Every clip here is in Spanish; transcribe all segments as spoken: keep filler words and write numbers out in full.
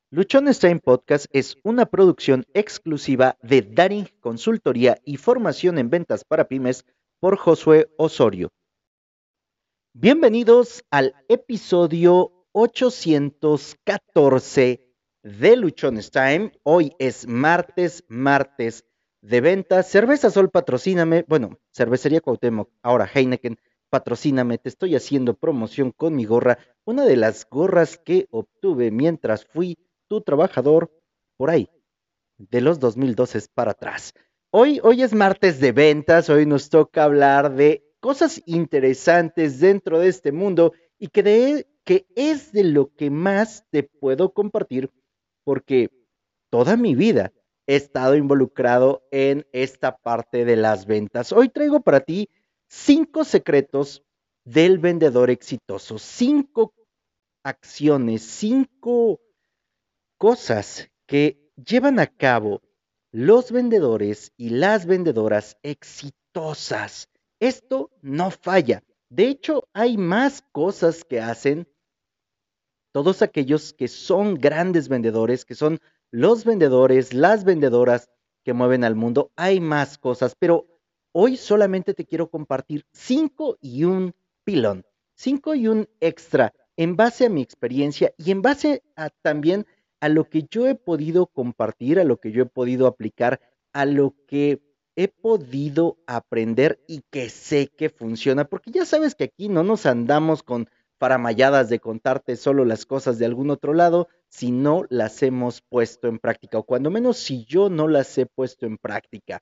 Luchones Time Podcast es una producción exclusiva de Daring Consultoría y Formación en Ventas para Pymes por Josué Osorio. Bienvenidos al episodio ochocientos catorce de Luchones Time. Hoy es martes, martes de ventas. Cerveza Sol, patrocíname. Bueno, Cervecería Cuauhtémoc, ahora Heineken, patrocíname. Te estoy haciendo promoción con mi gorra. Una de las gorras que obtuve mientras fui tu trabajador por ahí, de los dos mil doce para atrás. Hoy, hoy es martes de ventas, hoy nos toca hablar de cosas interesantes dentro de este mundo y que, de, que es de lo que más te puedo compartir porque toda mi vida he estado involucrado en esta parte de las ventas. Hoy traigo para ti cinco secretos del vendedor exitoso, cinco acciones, cinco cosas que llevan a cabo los vendedores y las vendedoras exitosas. Esto no falla. De hecho, hay más cosas que hacen todos aquellos que son grandes vendedores, que son los vendedores, las vendedoras que mueven al mundo. Hay más cosas, pero hoy solamente te quiero compartir cinco y un pilón, cinco y un extra en base a mi experiencia y en base a también a lo que yo he podido compartir, a lo que yo he podido aplicar, a lo que he podido aprender y que sé que funciona, porque ya sabes que aquí no nos andamos con faramayadas de contarte solo las cosas de algún otro lado si no las hemos puesto en práctica, o cuando menos si yo no las he puesto en práctica.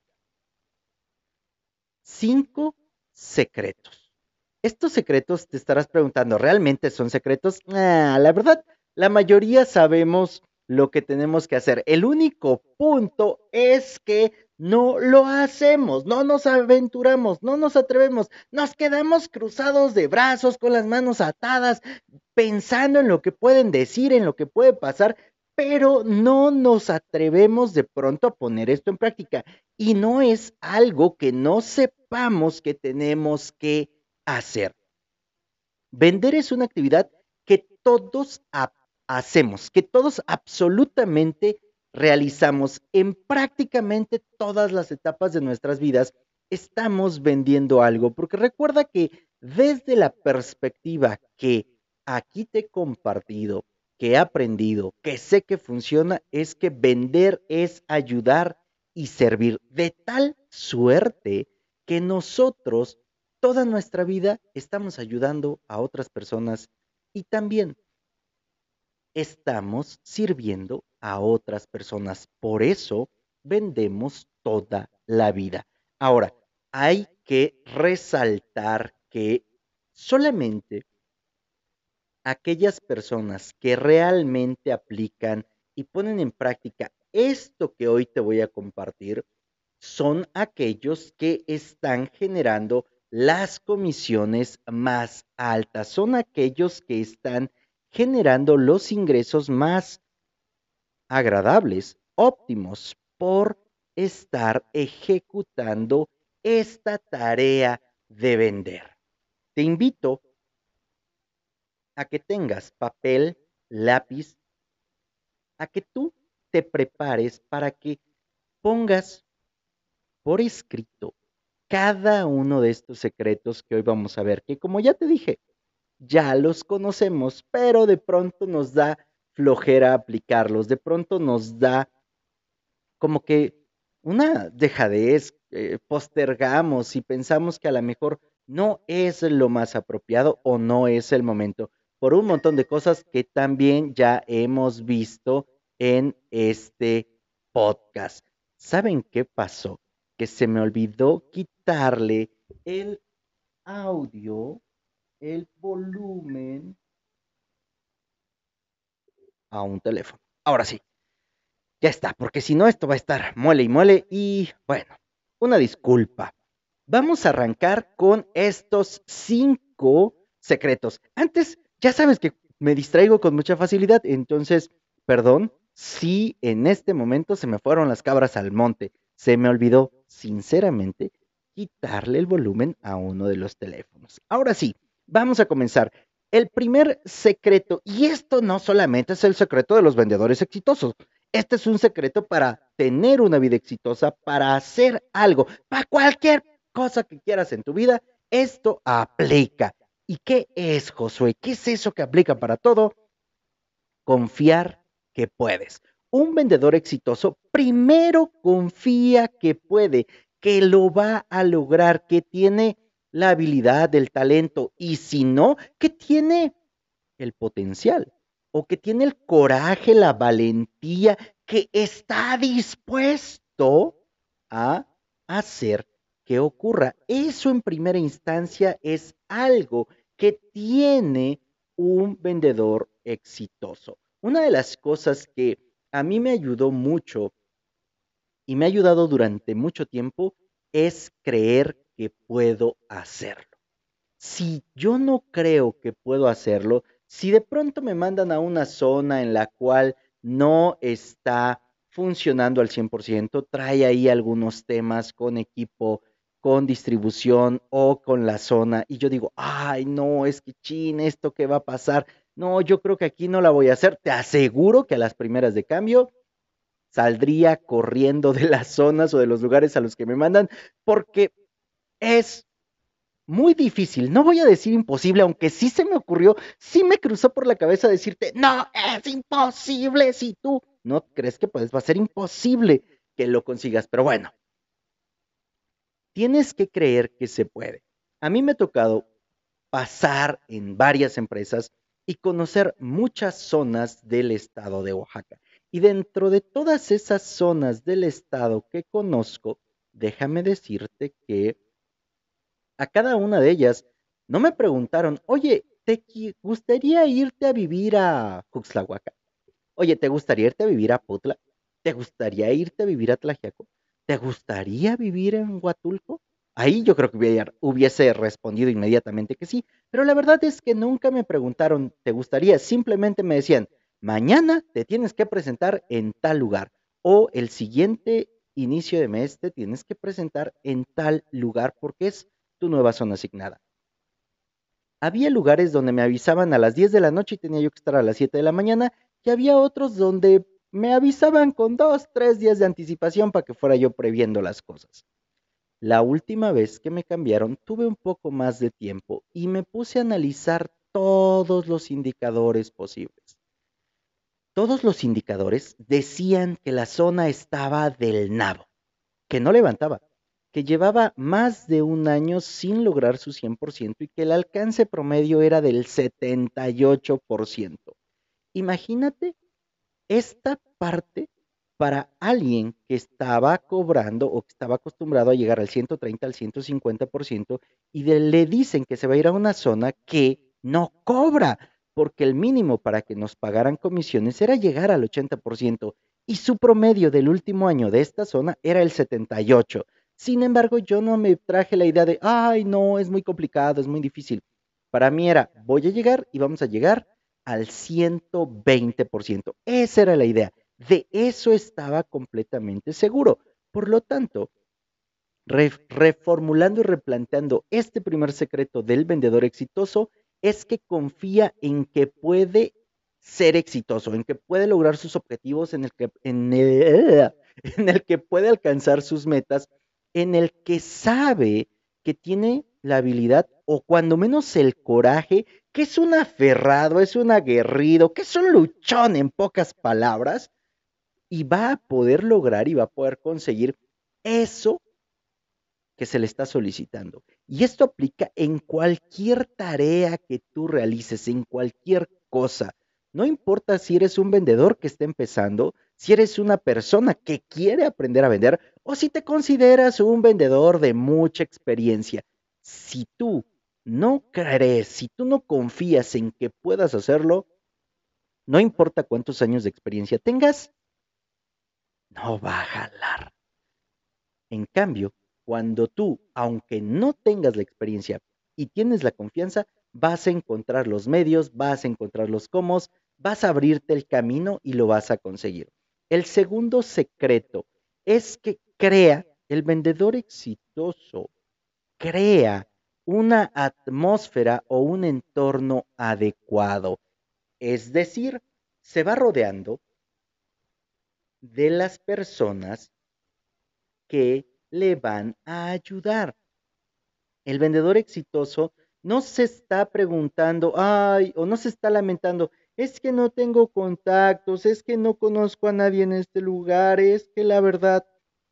Cinco secretos. Estos secretos te estarás preguntando, ¿realmente son secretos? Ah, la verdad, la mayoría sabemos lo que tenemos que hacer. El único punto es que no lo hacemos, no nos aventuramos, no nos atrevemos, nos quedamos cruzados de brazos, con las manos atadas, pensando en lo que pueden decir, en lo que puede pasar, pero no nos atrevemos de pronto a poner esto en práctica. Y no es algo que no sepamos que tenemos que hacer. Vender es una actividad que todos ha- hacemos, que todos absolutamente realizamos en prácticamente todas las etapas de nuestras vidas. Estamos vendiendo algo, porque recuerda que desde la perspectiva que aquí te he compartido, que he aprendido, que sé que funciona, es que vender es ayudar y servir de tal suerte que nosotros toda nuestra vida estamos ayudando a otras personas y también estamos sirviendo a otras personas. Por eso vendemos toda la vida. Ahora, hay que resaltar que solamente aquellas personas que realmente aplican y ponen en práctica esto que hoy te voy a compartir son aquellos que están generando las comisiones más altas, son aquellos que están generando los ingresos más agradables, óptimos, por estar ejecutando esta tarea de vender. Te invito a que tengas papel, lápiz, a que tú te prepares para que pongas por escrito cada uno de estos secretos que hoy vamos a ver, que como ya te dije, ya los conocemos, pero de pronto nos da flojera aplicarlos, de pronto nos da como que una dejadez, eh, postergamos y pensamos que a lo mejor no es lo más apropiado o no es el momento, por un montón de cosas que también ya hemos visto en este podcast. ¿Saben qué pasó? Que se me olvidó quitarle el audio, el volumen a un teléfono. Ahora sí, ya está, porque si no esto va a estar muele y muele y bueno, una disculpa. Vamos a arrancar con estos cinco secretos. Antes, ya sabes que me distraigo con mucha facilidad, entonces, perdón si en este momento se me fueron las cabras al monte. Se me olvidó, sinceramente, quitarle el volumen a uno de los teléfonos. Ahora sí, vamos a comenzar. El primer secreto, y esto no solamente es el secreto de los vendedores exitosos, este es un secreto para tener una vida exitosa, para hacer algo, para cualquier cosa que quieras en tu vida, esto aplica. ¿Y qué es, Josué? ¿Qué es eso que aplica para todo? Confiar que puedes. Un vendedor exitoso primero confía que puede, que lo va a lograr, que tiene la habilidad, el talento y si no, que tiene el potencial o que tiene el coraje, la valentía, que está dispuesto a hacer que ocurra. Eso en primera instancia es algo que tiene un vendedor exitoso. Una de las cosas que a mí me ayudó mucho y me ha ayudado durante mucho tiempo es creer que puedo hacerlo. Si yo no creo que puedo hacerlo, si de pronto me mandan a una zona en la cual no está funcionando al cien por ciento, trae ahí algunos temas con equipo, con distribución o con la zona, y yo digo, ay, no, es que chin, ¿esto qué va a pasar? No, yo creo que aquí no la voy a hacer. Te aseguro que a las primeras de cambio saldría corriendo de las zonas o de los lugares a los que me mandan, porque es muy difícil, no voy a decir imposible, aunque sí se me ocurrió, sí me cruzó por la cabeza decirte, no, es imposible si tú no crees que puedes, va a ser imposible que lo consigas, pero bueno, tienes que creer que se puede. A mí me ha tocado pasar en varias empresas y conocer muchas zonas del estado de Oaxaca. Y dentro de todas esas zonas del estado que conozco, déjame decirte que a cada una de ellas no me preguntaron, oye, ¿te gustaría irte a vivir a Cuxlahuaca? Oye, ¿te gustaría irte a vivir a Putla? ¿Te gustaría irte a vivir a Tlaxiaco? ¿Te gustaría vivir en Huatulco? Ahí yo creo que hubiera, hubiese respondido inmediatamente que sí, pero la verdad es que nunca me preguntaron, ¿te gustaría? Simplemente me decían, mañana te tienes que presentar en tal lugar o el siguiente inicio de mes te tienes que presentar en tal lugar porque es tu nueva zona asignada. Había lugares donde me avisaban a las diez de la noche y tenía yo que estar a las siete de la mañana, y había otros donde me avisaban con dos, tres días de anticipación para que fuera yo previendo las cosas. La última vez que me cambiaron tuve un poco más de tiempo y me puse a analizar todos los indicadores posibles. Todos los indicadores decían que la zona estaba del nabo, que no levantaba, que llevaba más de un año sin lograr su cien por ciento y que el alcance promedio era del setenta y ocho por ciento. Imagínate esta parte para alguien que estaba cobrando o que estaba acostumbrado a llegar al ciento treinta, al ciento cincuenta por ciento y de, le dicen que se va a ir a una zona que no cobra, porque el mínimo para que nos pagaran comisiones era llegar al ochenta por ciento y su promedio del último año de esta zona era el setenta y ocho por ciento. Sin embargo, yo no me traje la idea de, ay, no, es muy complicado, es muy difícil. Para mí era, voy a llegar y vamos a llegar al ciento veinte por ciento. Esa era la idea. De eso estaba completamente seguro. Por lo tanto, re reformulando y replanteando este primer secreto del vendedor exitoso es que confía en que puede ser exitoso, en que puede lograr sus objetivos, en el que, en el, en el que puede alcanzar sus metas, en el que sabe que tiene la habilidad o cuando menos el coraje, que es un aferrado, es un aguerrido, que es un luchón en pocas palabras, y va a poder lograr y va a poder conseguir eso que se le está solicitando. Y esto aplica en cualquier tarea que tú realices, en cualquier cosa. No importa si eres un vendedor que está empezando, si eres una persona que quiere aprender a vender o si te consideras un vendedor de mucha experiencia. Si tú no crees, si tú no confías en que puedas hacerlo, no importa cuántos años de experiencia tengas, no va a jalar. En cambio, cuando tú, aunque no tengas la experiencia y tienes la confianza, vas a encontrar los medios, vas a encontrar los cómo, vas a abrirte el camino y lo vas a conseguir. El segundo secreto es que crea, el vendedor exitoso crea una atmósfera o un entorno adecuado. Es decir, se va rodeando de las personas que le van a ayudar. El vendedor exitoso no se está preguntando, ay, o no se está lamentando, es que no tengo contactos, es que no conozco a nadie en este lugar, es que la verdad,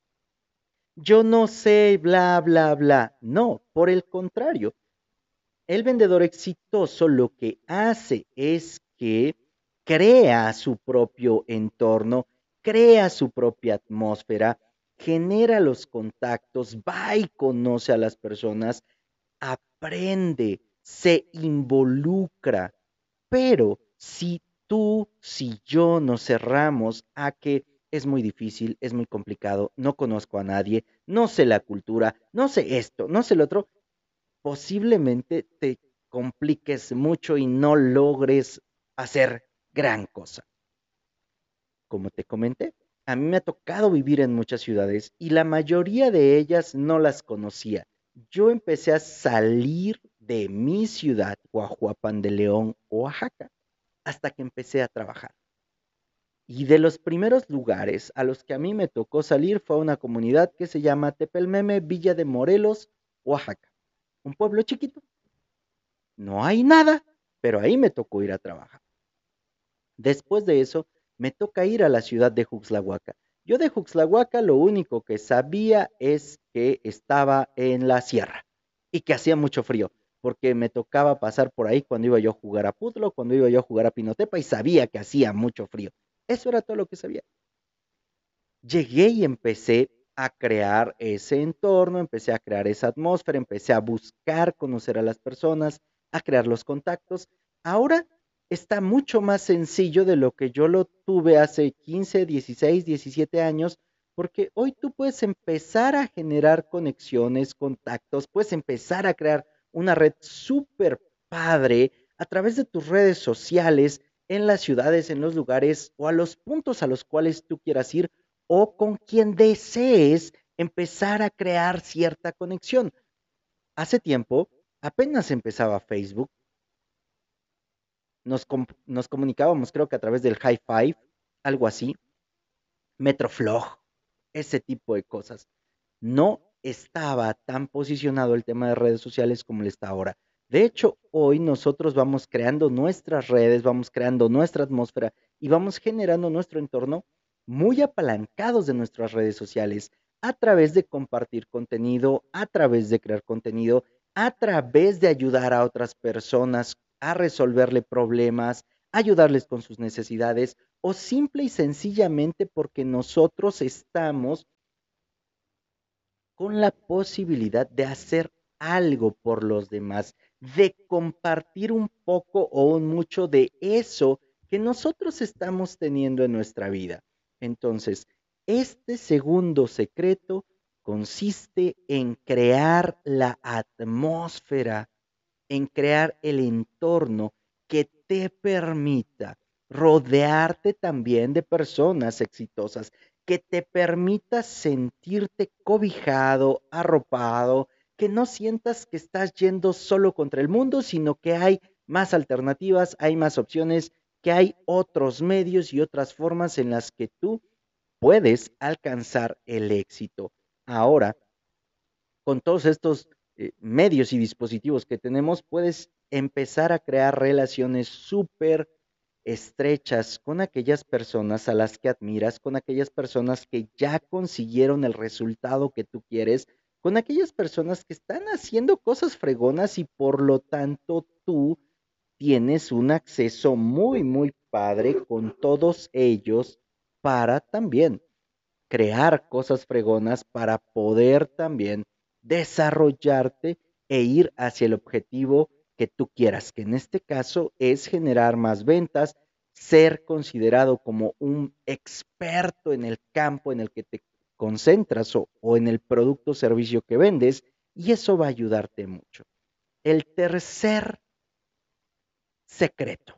yo no sé, bla, bla, bla. No, por el contrario, el vendedor exitoso lo que hace es que crea su propio entorno, crea su propia atmósfera, genera los contactos, va y conoce a las personas, aprende, se involucra. Pero si tú, si yo nos cerramos a que es muy difícil, es muy complicado, no conozco a nadie, no sé la cultura, no sé esto, no sé lo otro, posiblemente te compliques mucho y no logres hacer gran cosa. Como te comenté, a mí me ha tocado vivir en muchas ciudades y la mayoría de ellas no las conocía. Yo empecé a salir de mi ciudad, Guajuapan de León, Oaxaca, hasta que empecé a trabajar. Y de los primeros lugares a los que a mí me tocó salir fue a una comunidad que se llama Tepelmeme, Villa de Morelos, Oaxaca. Un pueblo chiquito, no hay nada, pero ahí me tocó ir a trabajar. Después de eso, me toca ir a la ciudad de Juxlahuaca. Yo de Juxlahuaca lo único que sabía es que estaba en la sierra y que hacía mucho frío, porque me tocaba pasar por ahí cuando iba yo a jugar a Putlo, cuando iba yo a jugar a Pinotepa y sabía que hacía mucho frío. Eso era todo lo que sabía. Llegué y empecé a crear ese entorno, empecé a crear esa atmósfera, empecé a buscar conocer a las personas, a crear los contactos. Ahora está mucho más sencillo de lo que yo lo tuve hace quince, dieciséis, diecisiete años, porque hoy tú puedes empezar a generar conexiones, contactos, puedes empezar a crear una red súper padre a través de tus redes sociales, en las ciudades, en los lugares o a los puntos a los cuales tú quieras ir o con quien desees empezar a crear cierta conexión. Hace tiempo, apenas empezaba Facebook, nos, com nos comunicábamos creo que a través del High Five, algo así, Metroflog, ese tipo de cosas. No estaba tan posicionado el tema de redes sociales como lo está ahora. De hecho, hoy nosotros vamos creando nuestras redes, vamos creando nuestra atmósfera y vamos generando nuestro entorno muy apalancados de nuestras redes sociales a través de compartir contenido, a través de crear contenido, a través de ayudar a otras personas a resolverle problemas, ayudarles con sus necesidades o simple y sencillamente porque nosotros estamos con la posibilidad de hacer algo por los demás, de compartir un poco o un mucho de eso que nosotros estamos teniendo en nuestra vida. Entonces, este segundo secreto consiste en crear la atmósfera, en crear el entorno que te permita rodearte también de personas exitosas, que te permita sentirte cobijado, arropado, que no sientas que estás yendo solo contra el mundo, sino que hay más alternativas, hay más opciones, que hay otros medios y otras formas en las que tú puedes alcanzar el éxito. Ahora, con todos estos eh, medios y dispositivos que tenemos, puedes empezar a crear relaciones súper estrechas con aquellas personas a las que admiras, con aquellas personas que ya consiguieron el resultado que tú quieres, con aquellas personas que están haciendo cosas fregonas y por lo tanto tú tienes un acceso muy, muy padre con todos ellos para también crear cosas fregonas para poder también desarrollarte e ir hacia el objetivo que tú quieras, que en este caso es generar más ventas, ser considerado como un experto en el campo en el que te concentras o, o en el producto o servicio que vendes, y eso va a ayudarte mucho. El tercer secreto,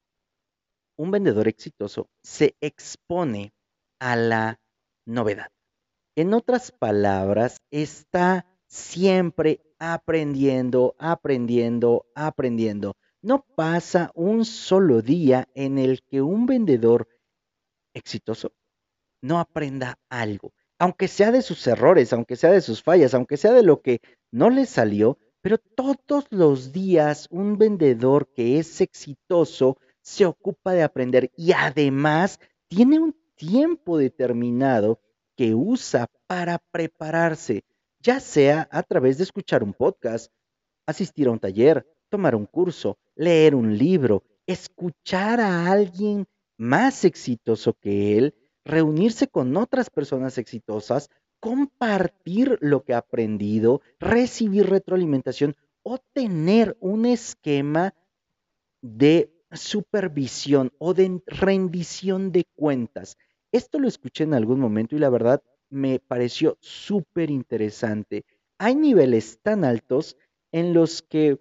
un vendedor exitoso se expone a la novedad. En otras palabras, está siempre aprendiendo, aprendiendo, aprendiendo. No pasa un solo día en el que un vendedor exitoso no aprenda algo, aunque sea de sus errores, aunque sea de sus fallas, aunque sea de lo que no le salió, pero todos los días un vendedor que es exitoso se ocupa de aprender y además tiene un tiempo determinado que usa para prepararse, ya sea a través de escuchar un podcast, asistir a un taller, tomar un curso, leer un libro, escuchar a alguien más exitoso que él, reunirse con otras personas exitosas, compartir lo que ha aprendido, recibir retroalimentación o tener un esquema de supervisión o de rendición de cuentas. Esto lo escuché en algún momento y la verdad me pareció súper interesante. Hay niveles tan altos en los que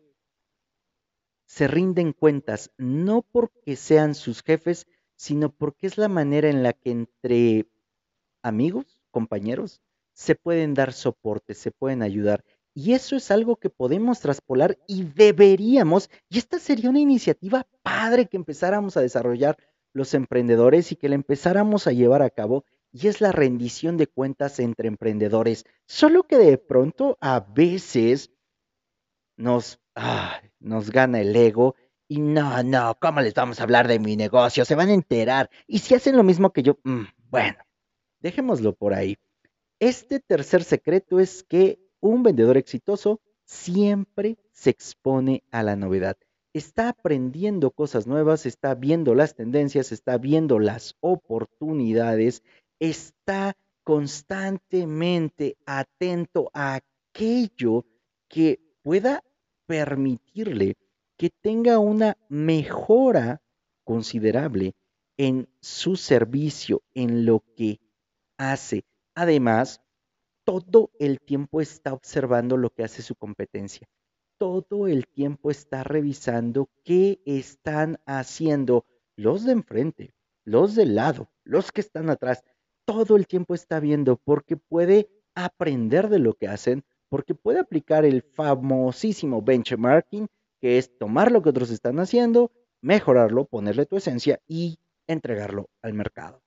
se rinden cuentas, no porque sean sus jefes, sino porque es la manera en la que entre amigos, compañeros, se pueden dar soporte, se pueden ayudar. Y eso es algo que podemos traspolar y deberíamos, y esta sería una iniciativa padre que empezáramos a desarrollar los emprendedores y que la empezáramos a llevar a cabo, y es la rendición de cuentas entre emprendedores. Solo que de pronto a veces nos, ay, nos gana el ego y no, no, ¿cómo les vamos a hablar de mi negocio? Se van a enterar. Y si hacen lo mismo que yo, mm, bueno, dejémoslo por ahí. Este tercer secreto es que un vendedor exitoso siempre se expone a la novedad. Está aprendiendo cosas nuevas, está viendo las tendencias, está viendo las oportunidades, está constantemente atento a aquello que pueda permitirle que tenga una mejora considerable en su servicio, en lo que hace. Además, todo el tiempo está observando lo que hace su competencia. Todo el tiempo está revisando qué están haciendo los de enfrente, los del lado, los que están atrás. Todo el tiempo está viendo porque puede aprender de lo que hacen, porque puede aplicar el famosísimo benchmarking, que es tomar lo que otros están haciendo, mejorarlo, ponerle tu esencia y entregarlo al mercado.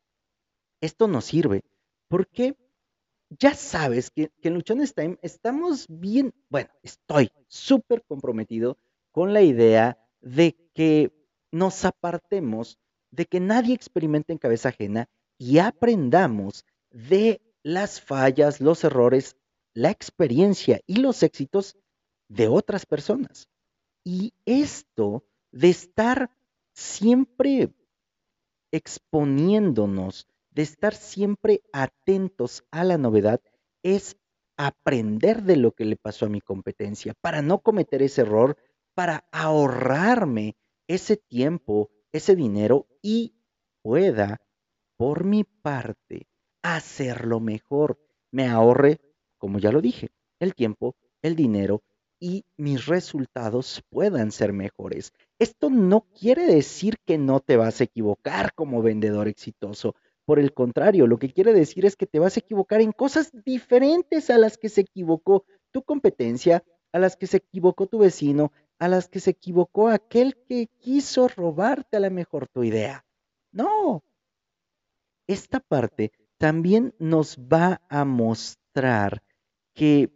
Esto nos sirve porque ya sabes que, que en Luchones Time estamos bien, bueno, estoy súper comprometido con la idea de que nos apartemos, de que nadie experimente en cabeza ajena y aprendamos de las fallas, los errores, la experiencia y los éxitos de otras personas. Y esto de estar siempre exponiéndonos, de estar siempre atentos a la novedad, es aprender de lo que le pasó a mi competencia para no cometer ese error, para ahorrarme ese tiempo, ese dinero y pueda, por mi parte, hacerlo mejor. Me ahorre, como ya lo dije, el tiempo, el dinero y mis resultados puedan ser mejores. Esto no quiere decir que no te vas a equivocar como vendedor exitoso. Por el contrario, lo que quiere decir es que te vas a equivocar en cosas diferentes a las que se equivocó tu competencia, a las que se equivocó tu vecino, a las que se equivocó aquel que quiso robarte a la mejor tu idea. No, esta parte también nos va a mostrar que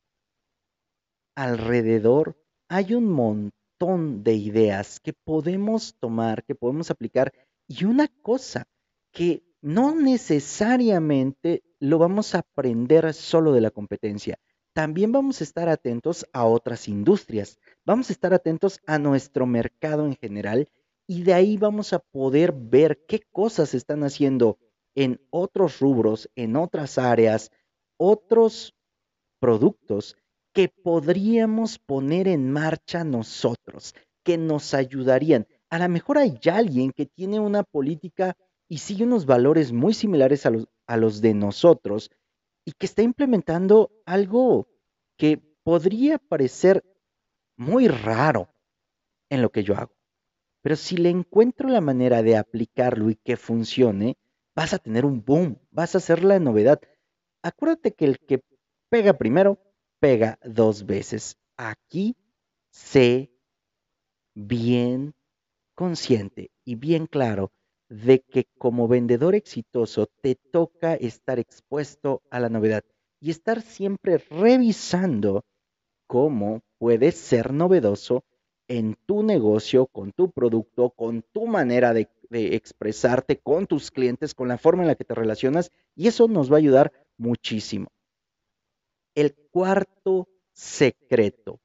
alrededor hay un montón de ideas que podemos tomar, que podemos aplicar, y una cosa que no necesariamente lo vamos a aprender solo de la competencia. También vamos a estar atentos a otras industrias, vamos a estar atentos a nuestro mercado en general y de ahí vamos a poder ver qué cosas están haciendo en otros rubros, en otras áreas, otros productos que podríamos poner en marcha nosotros, que nos ayudarían. A lo mejor hay alguien que tiene una política y sigue unos valores muy similares a los, a los de nosotros y que está implementando algo que podría parecer muy raro en lo que yo hago. Pero si le encuentro la manera de aplicarlo y que funcione, vas a tener un boom, vas a hacer la novedad. Acuérdate que el que pega primero pega dos veces. Aquí sé bien consciente y bien claro de que como vendedor exitoso te toca estar expuesto a la novedad y estar siempre revisando cómo puedes ser novedoso en tu negocio, con tu producto, con tu manera de, de expresarte, con tus clientes, con la forma en la que te relacionas, y eso nos va a ayudar muchísimo. El cuarto secreto,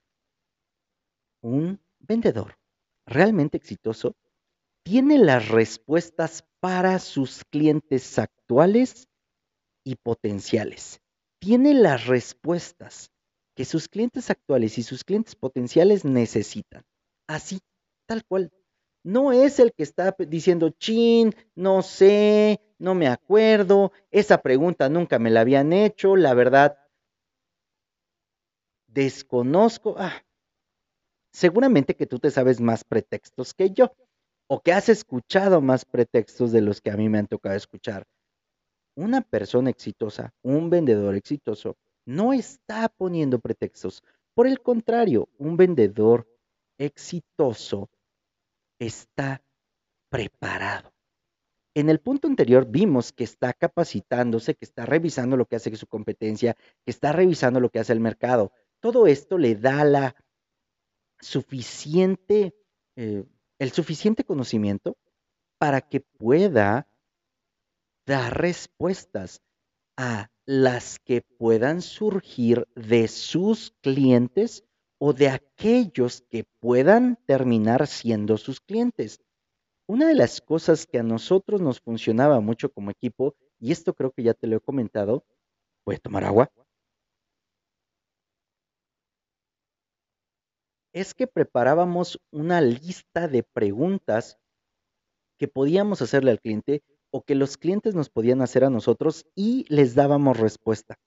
un vendedor realmente exitoso tiene las respuestas para sus clientes actuales y potenciales. Tiene las respuestas que sus clientes actuales y sus clientes potenciales necesitan. Así, tal cual. No es el que está diciendo, chin, no sé, no me acuerdo, esa pregunta nunca me la habían hecho, la verdad, desconozco. Ah, seguramente que tú te sabes más pretextos que yo, o que has escuchado más pretextos de los que a mí me han tocado escuchar. Una persona exitosa, un vendedor exitoso, no está poniendo pretextos. Por el contrario, un vendedor exitoso está preparado. En el punto anterior vimos que está capacitándose, que está revisando lo que hace su competencia, que está revisando lo que hace el mercado. Todo esto le da la suficiente, eh, el suficiente conocimiento para que pueda dar respuestas a las que puedan surgir de sus clientes o de aquellos que puedan terminar siendo sus clientes. Una de las cosas que a nosotros nos funcionaba mucho como equipo, y esto creo que ya te lo he comentado, ¿puedes tomar agua? Es que preparábamos una lista de preguntas que podíamos hacerle al cliente o que los clientes nos podían hacer a nosotros y les dábamos respuesta.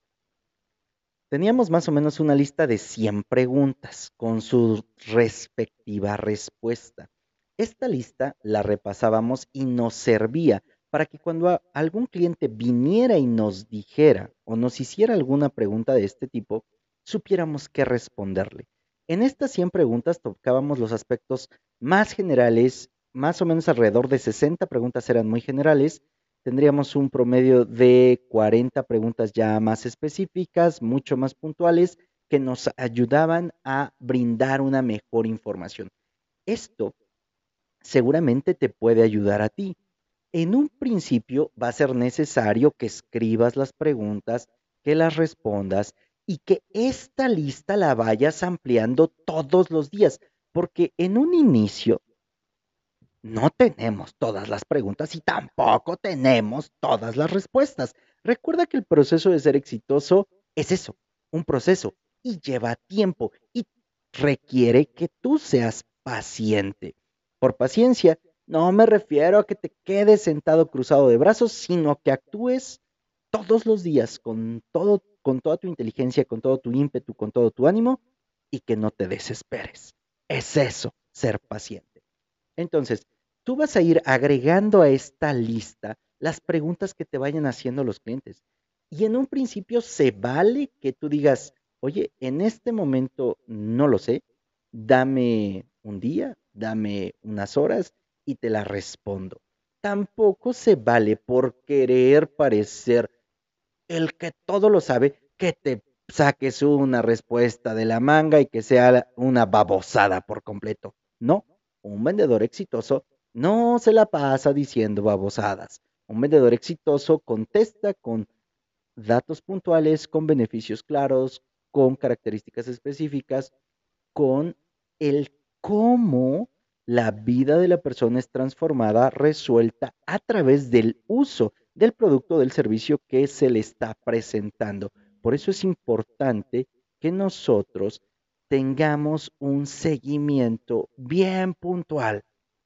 Teníamos más o menos una lista de cien preguntas con su respectiva respuesta. Esta lista la repasábamos y nos servía para que cuando a- algún cliente viniera y nos dijera o nos hiciera alguna pregunta de este tipo, supiéramos qué responderle. En estas cien preguntas tocábamos los aspectos más generales, más o menos alrededor de sesenta preguntas eran muy generales. Tendríamos un promedio de cuarenta preguntas ya más específicas, mucho más puntuales, que nos ayudaban a brindar una mejor información. Esto seguramente te puede ayudar a ti. En un principio va a ser necesario que escribas las preguntas, que las respondas y que esta lista la vayas ampliando todos los días, porque en un inicio no tenemos todas las preguntas y tampoco tenemos todas las respuestas. Recuerda que el proceso de ser exitoso es eso, un proceso y lleva tiempo y requiere que tú seas paciente. Por paciencia, no me refiero a que te quedes sentado cruzado de brazos, sino que actúes todos los días con todo, con toda tu inteligencia, con todo tu ímpetu, con todo tu ánimo y que no te desesperes. Es eso, ser paciente. Entonces, tú vas a ir agregando a esta lista las preguntas que te vayan haciendo los clientes. Y en un principio se vale que tú digas, oye, en este momento no lo sé, dame un día, dame unas horas y te la respondo. Tampoco se vale por querer parecer el que todo lo sabe, que te saques una respuesta de la manga y que sea una babosada por completo. No, un vendedor exitoso no se la pasa diciendo babosadas. Un vendedor exitoso contesta con datos puntuales, con beneficios claros, con características específicas, con el cómo la vida de la persona es transformada, resuelta a través del uso del producto o del servicio que se le está presentando. Por eso es importante que nosotros tengamos un seguimiento bien puntual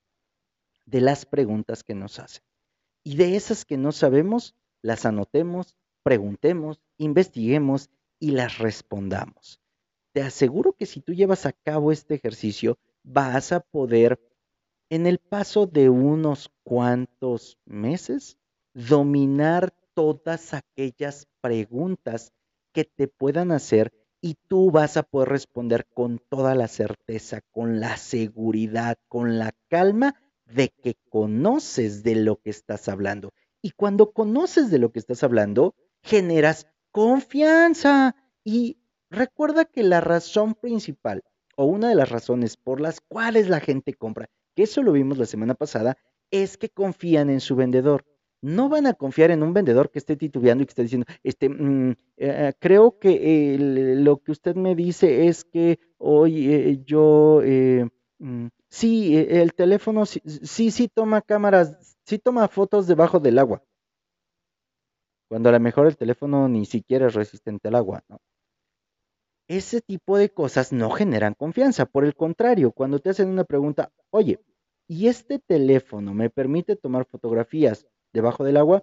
de las preguntas que nos hacen. Y de esas que no sabemos, las anotemos, preguntemos, investiguemos y las respondamos. Te aseguro que si tú llevas a cabo este ejercicio, vas a poder, en el paso de unos cuantos meses, dominar todas aquellas preguntas que te puedan hacer y tú vas a poder responder con toda la certeza, con la seguridad, con la calma de que conoces de lo que estás hablando. Y cuando conoces de lo que estás hablando, generas confianza. Y recuerda que la razón principal o una de las razones por las cuales la gente compra, que eso lo vimos la semana pasada, es que confían en su vendedor. No van a confiar en un vendedor que esté titubeando y que esté diciendo, este, mm, eh, creo que el- lo que usted me dice es que hoy eh, yo, eh, mm, sí, eh, el teléfono sí, sí, sí toma cámaras, sí toma fotos debajo del agua, cuando a lo mejor el teléfono ni siquiera es resistente al agua, ¿no? Ese tipo de cosas no generan confianza. Por el contrario, cuando te hacen una pregunta, oye, ¿y este teléfono me permite tomar fotografías debajo del agua?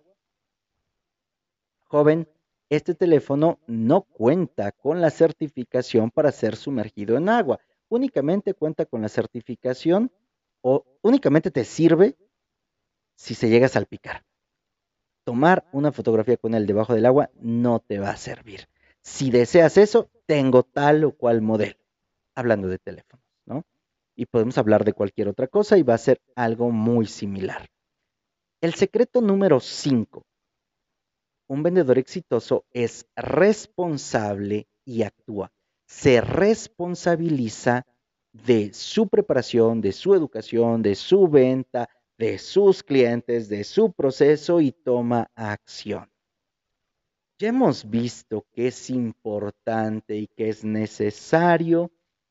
Joven, este teléfono no cuenta con la certificación para ser sumergido en agua. Únicamente cuenta con la certificación o únicamente te sirve si se llega a salpicar. Tomar una fotografía con él debajo del agua no te va a servir. Si deseas eso, tengo tal o cual modelo. Hablando de teléfonos, ¿no? Y podemos hablar de cualquier otra cosa y va a ser algo muy similar. El secreto número cinco: un vendedor exitoso es responsable y actúa. Se responsabiliza de su preparación, de su educación, de su venta, de sus clientes, de su proceso y toma acción. Ya hemos visto que es importante y que es necesario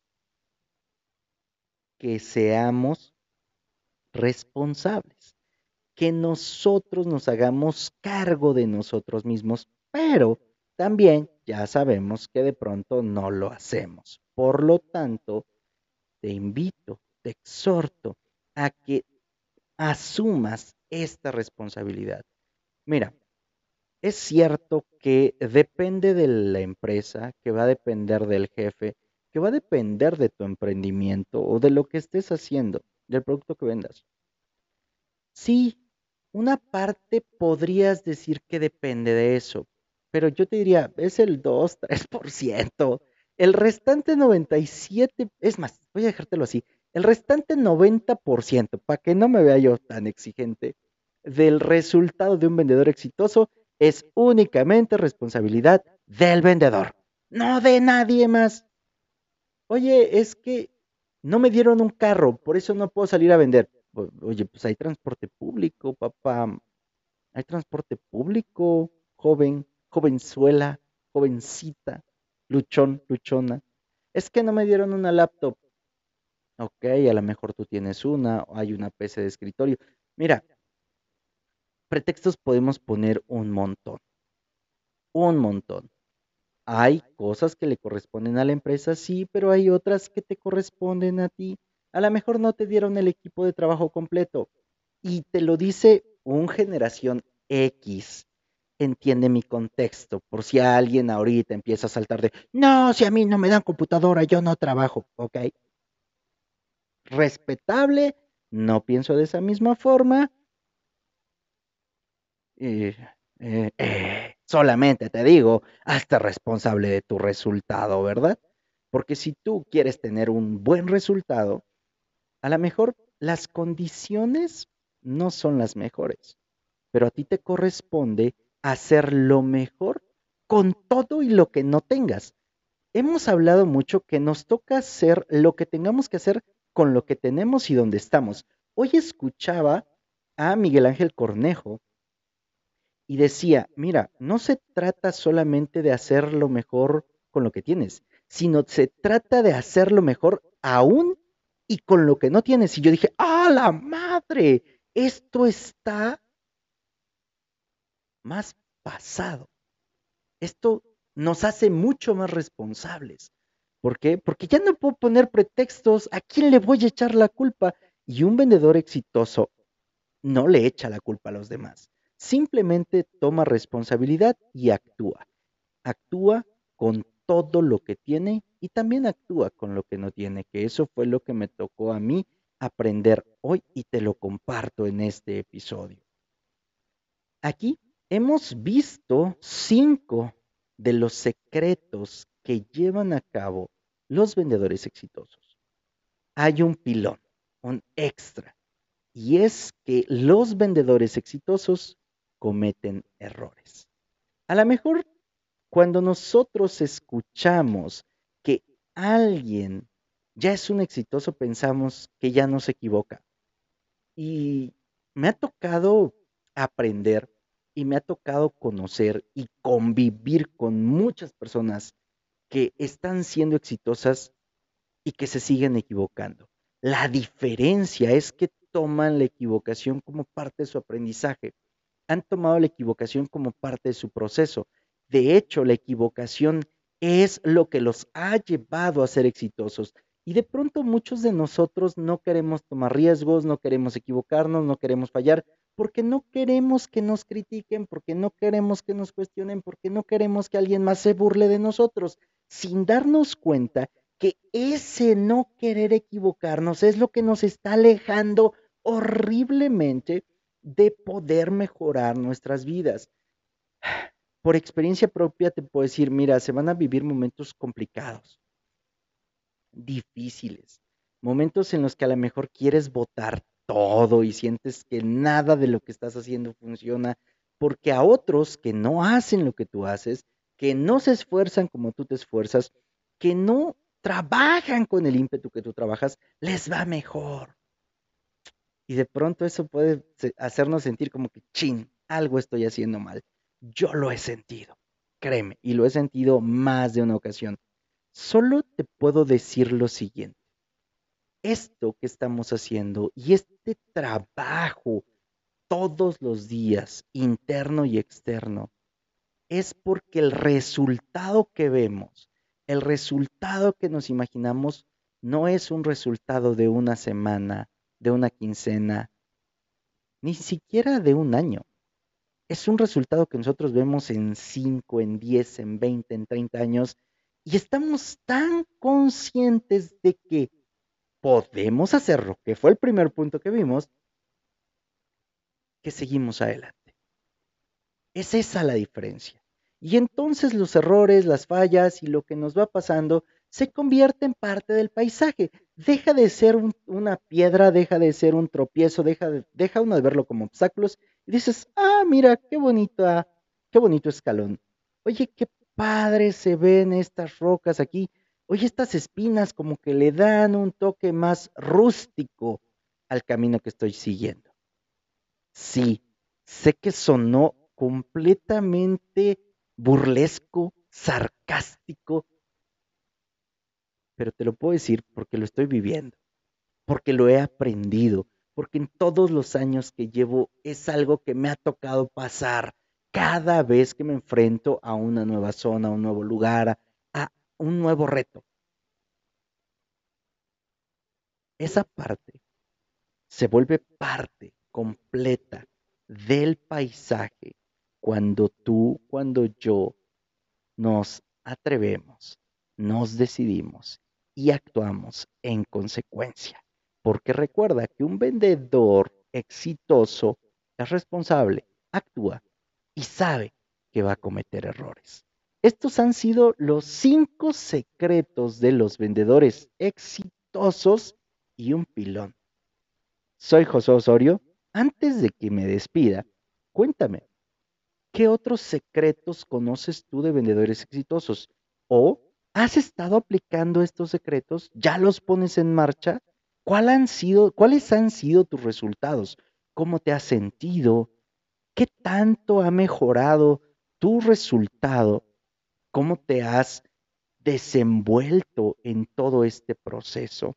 que seamos responsables, que nosotros nos hagamos cargo de nosotros mismos, pero también ya sabemos que de pronto no lo hacemos. Por lo tanto, te invito, te exhorto a que asumas esta responsabilidad. Mira, es cierto que depende de la empresa, que va a depender del jefe, que va a depender de tu emprendimiento o de lo que estés haciendo, del producto que vendas. Sí, una parte podrías decir que depende de eso, pero yo te diría, es el dos, tres por ciento. El restante noventa y siete, es más, voy a dejártelo así, el restante noventa por ciento, para que no me vea yo tan exigente, del resultado de un vendedor exitoso es únicamente responsabilidad del vendedor, no de nadie más. Oye, es que no me dieron un carro, por eso no puedo salir a vender. O- Oye, pues hay transporte público, papá. Hay transporte público, joven, jovenzuela, jovencita, luchón, luchona. Es que no me dieron una laptop. Ok, a lo mejor tú tienes una, o hay una P C de escritorio. Mira, pretextos podemos poner un montón, un montón. Hay cosas que le corresponden a la empresa, sí, pero hay otras que te corresponden a ti. A lo mejor no te dieron el equipo de trabajo completo y te lo dice un generación X. Entiende mi contexto, por si alguien ahorita empieza a saltar de, no, si a mí no me dan computadora, yo no trabajo, ¿ok? Respetable, no pienso de esa misma forma, eh, eh, eh, solamente te digo, hazte responsable de tu resultado, ¿verdad? Porque si tú quieres tener un buen resultado, a lo mejor las condiciones no son las mejores, pero a ti te corresponde hacer lo mejor con todo y lo que no tengas. Hemos hablado mucho que nos toca hacer lo que tengamos que hacer con lo que tenemos y donde estamos. Hoy escuchaba a Miguel Ángel Cornejo y decía, mira, no se trata solamente de hacer lo mejor con lo que tienes, sino se trata de hacerlo mejor aún y con lo que no tienes. Y yo dije, ¡ah, la madre! Esto está más pasado. Esto nos hace mucho más responsables. ¿Por qué? Porque ya no puedo poner pretextos. ¿A quién le voy a echar la culpa? Y un vendedor exitoso no le echa la culpa a los demás. Simplemente toma responsabilidad y actúa. Actúa con todo lo que tiene y también actúa con lo que no tiene, que eso fue lo que me tocó a mí aprender hoy y te lo comparto en este episodio. Aquí hemos visto cinco de los secretos que llevan a cabo los vendedores exitosos. Hay un pilón, un extra, y es que los vendedores exitosos cometen errores. A lo mejor cuando nosotros escuchamos que alguien ya es un exitoso, pensamos que ya no se equivoca. Y me ha tocado aprender y me ha tocado conocer y convivir con muchas personas que están siendo exitosas y que se siguen equivocando. La diferencia es que toman la equivocación como parte de su aprendizaje. Han tomado la equivocación como parte de su proceso. De hecho, la equivocación es lo que los ha llevado a ser exitosos. Y de pronto muchos de nosotros no queremos tomar riesgos, no queremos equivocarnos, no queremos fallar, porque no queremos que nos critiquen, porque no queremos que nos cuestionen, porque no queremos que alguien más se burle de nosotros, sin darnos cuenta que ese no querer equivocarnos es lo que nos está alejando horriblemente de poder mejorar nuestras vidas. Por experiencia propia te puedo decir, mira, se van a vivir momentos complicados, difíciles, momentos en los que a lo mejor quieres botar todo y sientes que nada de lo que estás haciendo funciona, porque a otros que no hacen lo que tú haces, que no se esfuerzan como tú te esfuerzas, que no trabajan con el ímpetu que tú trabajas, les va mejor. Y de pronto eso puede se- hacernos sentir como que, chin, algo estoy haciendo mal. Yo lo he sentido, créeme, y lo he sentido más de una ocasión. Solo te puedo decir lo siguiente. Esto que estamos haciendo y este trabajo todos los días, interno y externo, es porque el resultado que vemos, el resultado que nos imaginamos, no es un resultado de una semana, de una quincena, ni siquiera de un año. Es un resultado que nosotros vemos en cinco, en diez, en veinte, en treinta años y estamos tan conscientes de que podemos hacerlo, que fue el primer punto que vimos, que seguimos adelante. Es esa la diferencia. Y entonces los errores, las fallas y lo que nos va pasando se convierte en parte del paisaje. Deja de ser un- una piedra, deja de ser un tropiezo, deja, de- deja uno de verlo como obstáculos y dices, ah, mira, qué bonita, qué bonito escalón. Oye, qué padre se ven estas rocas aquí. Oye, estas espinas como que le dan un toque más rústico al camino que estoy siguiendo. Sí, sé que sonó completamente burlesco, sarcástico, pero te lo puedo decir porque lo estoy viviendo, porque lo he aprendido, porque en todos los años que llevo es algo que me ha tocado pasar cada vez que me enfrento a una nueva zona, a un nuevo lugar, a, a un nuevo reto. Esa parte se vuelve parte completa del paisaje cuando tú, cuando yo nos atrevemos, nos decidimos y actuamos en consecuencia. Porque recuerda que un vendedor exitoso es responsable, actúa y sabe que va a cometer errores. Estos han sido los cinco secretos de los vendedores exitosos y un pilón. Soy José Osorio. Antes de que me despida, cuéntame, ¿qué otros secretos conoces tú de vendedores exitosos? ¿O has estado aplicando estos secretos? ¿Ya los pones en marcha? ¿Cuál han sido, cuáles han sido tus resultados? ¿Cómo te has sentido? ¿Qué tanto ha mejorado tu resultado? ¿Cómo te has desenvuelto en todo este proceso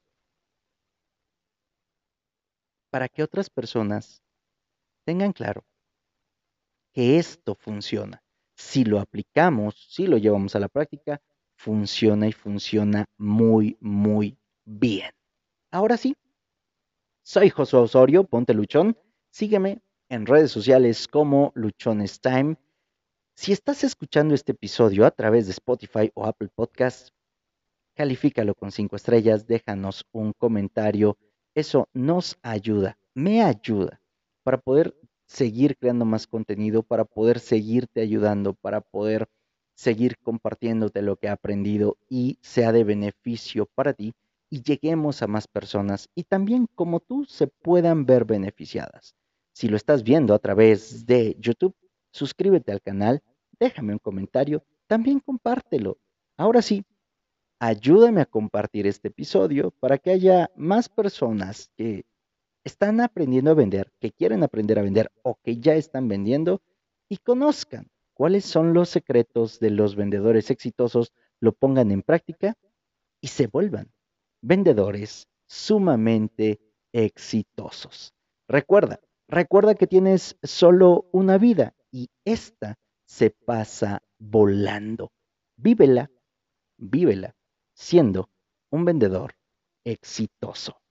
para que otras personas tengan claro que esto funciona? Si lo aplicamos, si lo llevamos a la práctica, funciona y funciona muy, muy bien. Ahora sí, soy Josué Osorio, ponte luchón. Sígueme en redes sociales como Luchones Time. Si estás escuchando este episodio a través de Spotify o Apple Podcasts, califícalo con cinco estrellas, déjanos un comentario. Eso nos ayuda, me ayuda para poder seguir creando más contenido, para poder seguirte ayudando, para poder seguir compartiéndote lo que he aprendido y sea de beneficio para ti y lleguemos a más personas y también como tú se puedan ver beneficiadas. Si lo estás viendo a través de YouTube, suscríbete al canal, déjame un comentario, también compártelo. Ahora sí, ayúdame a compartir este episodio para que haya más personas que están aprendiendo a vender, que quieren aprender a vender o que ya están vendiendo y conozcan cuáles son los secretos de los vendedores exitosos, lo pongan en práctica y se vuelvan vendedores sumamente exitosos. Recuerda, recuerda que tienes solo una vida y esta se pasa volando. Vívela, vívela siendo un vendedor exitoso.